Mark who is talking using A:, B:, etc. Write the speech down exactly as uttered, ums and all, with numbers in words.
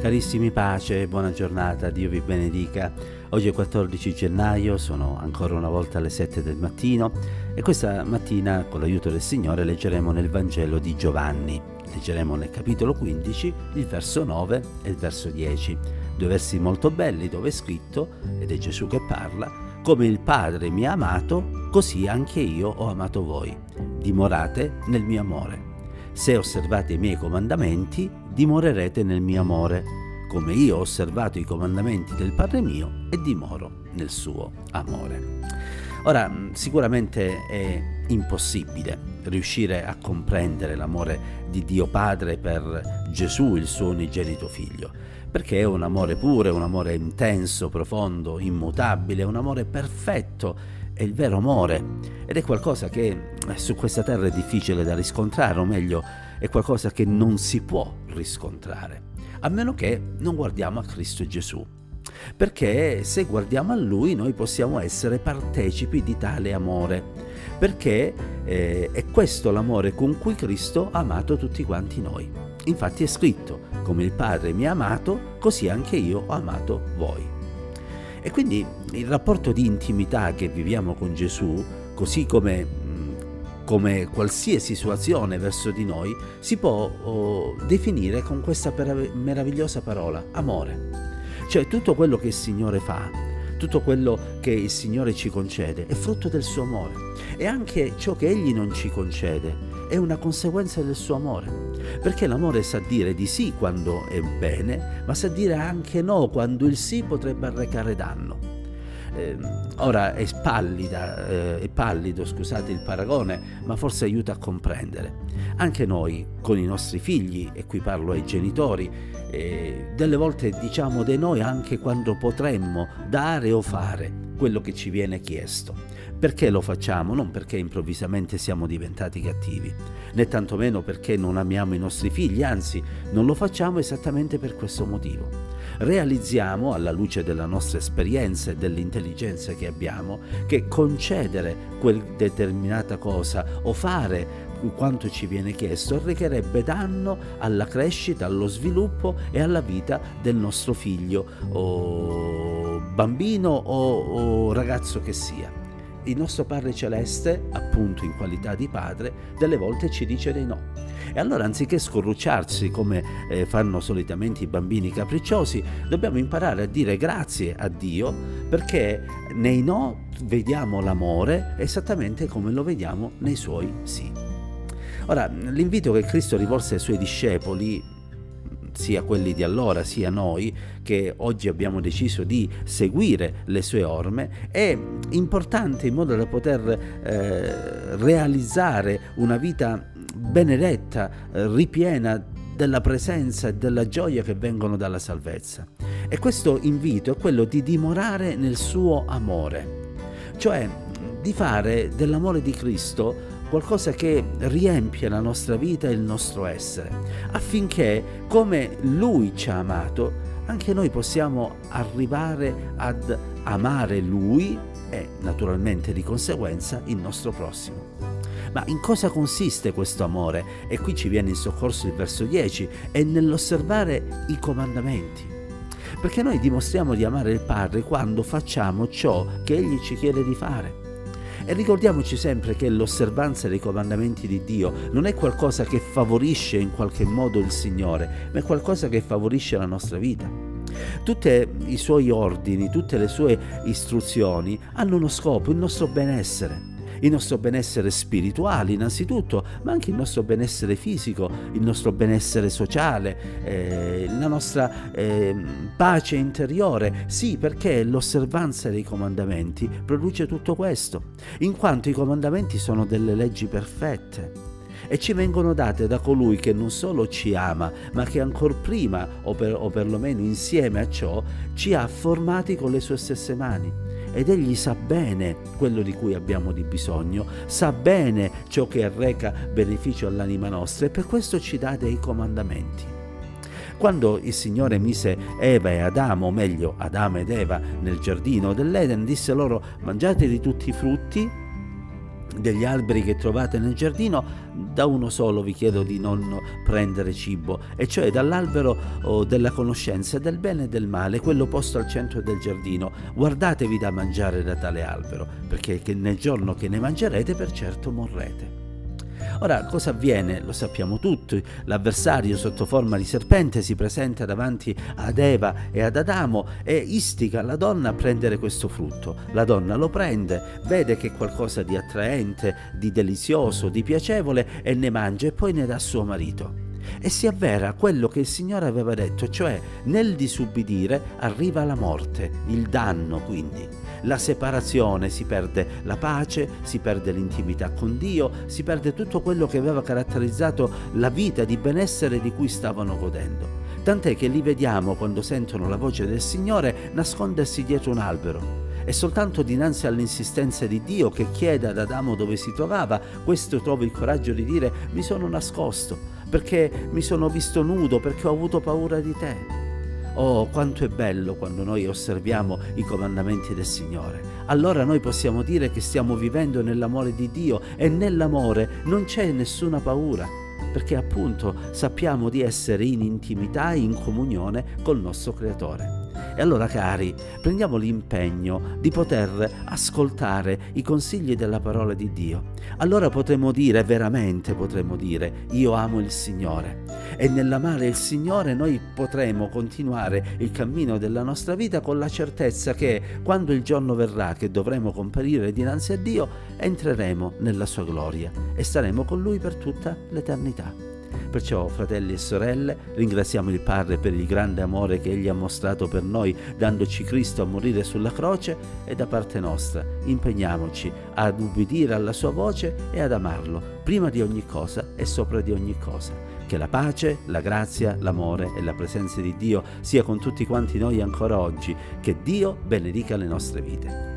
A: Carissimi, pace, buona giornata, Dio vi benedica. Oggi è quattordici gennaio, sono ancora una volta alle sette del mattino e questa mattina, con l'aiuto del Signore, leggeremo nel Vangelo di Giovanni. Leggeremo nel capitolo quindici il verso nove e il verso dieci, due versi molto belli dove è scritto, ed è Gesù che parla: come il Padre mi ha amato, così anche io ho amato voi. Dimorate nel mio amore. Se osservate i miei comandamenti, dimorerete nel mio amore, come io ho osservato i comandamenti del Padre mio e dimoro nel suo amore. Ora, sicuramente è impossibile riuscire a comprendere l'amore di Dio Padre per Gesù, il suo unigenito figlio, perché è un amore puro, è un amore intenso, profondo, immutabile, è un amore perfetto. È il vero amore ed è qualcosa che su questa terra è difficile da riscontrare, o meglio è qualcosa che non si può riscontrare, a meno che non guardiamo a Cristo Gesù, perché se guardiamo a Lui noi possiamo essere partecipi di tale amore, perché eh, è questo l'amore con cui Cristo ha amato tutti quanti noi. Infatti è scritto: come il Padre mi ha amato, così anche io ho amato voi. E quindi il rapporto di intimità che viviamo con Gesù, così come, come qualsiasi sua azione verso di noi, si può oh, definire con questa meravigliosa parola: amore. Cioè tutto quello che il Signore fa, tutto quello che il Signore ci concede è frutto del suo amore, e anche ciò che Egli non ci concede è una conseguenza del suo amore, perché l'amore sa dire di sì quando è bene, ma sa dire anche no quando il sì potrebbe arrecare danno. Eh, ora è pallida, eh, è pallido, scusate il paragone, ma forse aiuta a comprendere. Anche noi con i nostri figli, e qui parlo ai genitori, eh, delle volte diciamo di noi anche quando potremmo dare o fare quello che ci viene chiesto. Perché lo facciamo? Non perché improvvisamente siamo diventati cattivi, né tantomeno perché non amiamo i nostri figli, anzi non lo facciamo esattamente per questo motivo. Realizziamo, alla luce della nostra esperienza e dell'intelligenza che abbiamo, che concedere quel determinata cosa o fare quanto ci viene chiesto arrecherebbe danno alla crescita, allo sviluppo e alla vita del nostro figlio o bambino o, o ragazzo che sia. Il nostro Padre Celeste, appunto in qualità di Padre, delle volte ci dice dei no. E allora, anziché scorrucciarsi come eh, fanno solitamente i bambini capricciosi, dobbiamo imparare a dire grazie a Dio, perché nei no vediamo l'amore esattamente come lo vediamo nei suoi sì. Ora, l'invito che Cristo rivolse ai suoi discepoli, sia quelli di allora sia noi che oggi abbiamo deciso di seguire le sue orme, è importante in modo da poter eh, realizzare una vita benedetta, eh, ripiena della presenza e della gioia che vengono dalla salvezza. E questo invito è quello di dimorare nel suo amore, cioè di fare dell'amore di Cristo qualcosa che riempie la nostra vita e il nostro essere, affinché, come Lui ci ha amato, anche noi possiamo arrivare ad amare Lui e, naturalmente, di conseguenza, il nostro prossimo. Ma in cosa consiste questo amore? E qui ci viene in soccorso il verso dieci, è nell'osservare i comandamenti. Perché noi dimostriamo di amare il Padre quando facciamo ciò che Egli ci chiede di fare. E ricordiamoci sempre che l'osservanza dei comandamenti di Dio non è qualcosa che favorisce in qualche modo il Signore, ma è qualcosa che favorisce la nostra vita. Tutti i suoi ordini, tutte le sue istruzioni hanno uno scopo: il nostro benessere. Il nostro benessere spirituale innanzitutto, ma anche il nostro benessere fisico, il nostro benessere sociale, eh, la nostra eh, pace interiore. Sì, perché l'osservanza dei comandamenti produce tutto questo, in quanto i comandamenti sono delle leggi perfette e ci vengono date da colui che non solo ci ama, ma che ancor prima, o, per, o perlomeno insieme a ciò, ci ha formati con le sue stesse mani. Ed Egli sa bene quello di cui abbiamo di bisogno, sa bene ciò che arreca beneficio all'anima nostra, e per questo ci dà dei comandamenti. Quando il Signore mise Eva e Adamo, o meglio Adamo ed Eva, nel giardino dell'Eden, disse loro: mangiate di tutti i frutti degli alberi che trovate nel giardino, da uno solo vi chiedo di non prendere cibo, e cioè dall'albero oh, della conoscenza del bene e del male, quello posto al centro del giardino. Guardatevi da mangiare da tale albero, perché nel giorno che ne mangerete per certo morrete. Ora, cosa avviene? Lo sappiamo tutti: l'avversario sotto forma di serpente si presenta davanti ad Eva e ad Adamo e istiga la donna a prendere questo frutto. La donna lo prende, vede che è qualcosa di attraente, di delizioso, di piacevole, e ne mangia e poi ne dà a suo marito. E si avvera quello che il Signore aveva detto, cioè nel disubbidire arriva la morte, il danno quindi. La separazione, si perde la pace, si perde l'intimità con Dio, si perde tutto quello che aveva caratterizzato la vita di benessere di cui stavano godendo. Tant'è che li vediamo, quando sentono la voce del Signore, nascondersi dietro un albero. E soltanto dinanzi all'insistenza di Dio, che chiede ad Adamo dove si trovava, questo trova il coraggio di dire: mi sono nascosto, perché mi sono visto nudo, perché ho avuto paura di te. Oh, quanto è bello quando noi osserviamo i comandamenti del Signore. Allora noi possiamo dire che stiamo vivendo nell'amore di Dio, e nell'amore non c'è nessuna paura, perché appunto sappiamo di essere in intimità e in comunione col nostro Creatore. E allora, cari, prendiamo l'impegno di poter ascoltare i consigli della parola di Dio. Allora potremo dire, veramente potremo dire: io amo il Signore. E nell'amare il Signore noi potremo continuare il cammino della nostra vita con la certezza che, quando il giorno verrà che dovremo comparire dinanzi a Dio, entreremo nella sua gloria e staremo con Lui per tutta l'eternità. Perciò, fratelli e sorelle, ringraziamo il Padre per il grande amore che Egli ha mostrato per noi, dandoci Cristo a morire sulla croce, e da parte nostra impegniamoci ad ubbidire alla sua voce e ad amarlo, prima di ogni cosa e sopra di ogni cosa. Che la pace, la grazia, l'amore e la presenza di Dio sia con tutti quanti noi ancora oggi. Che Dio benedica le nostre vite.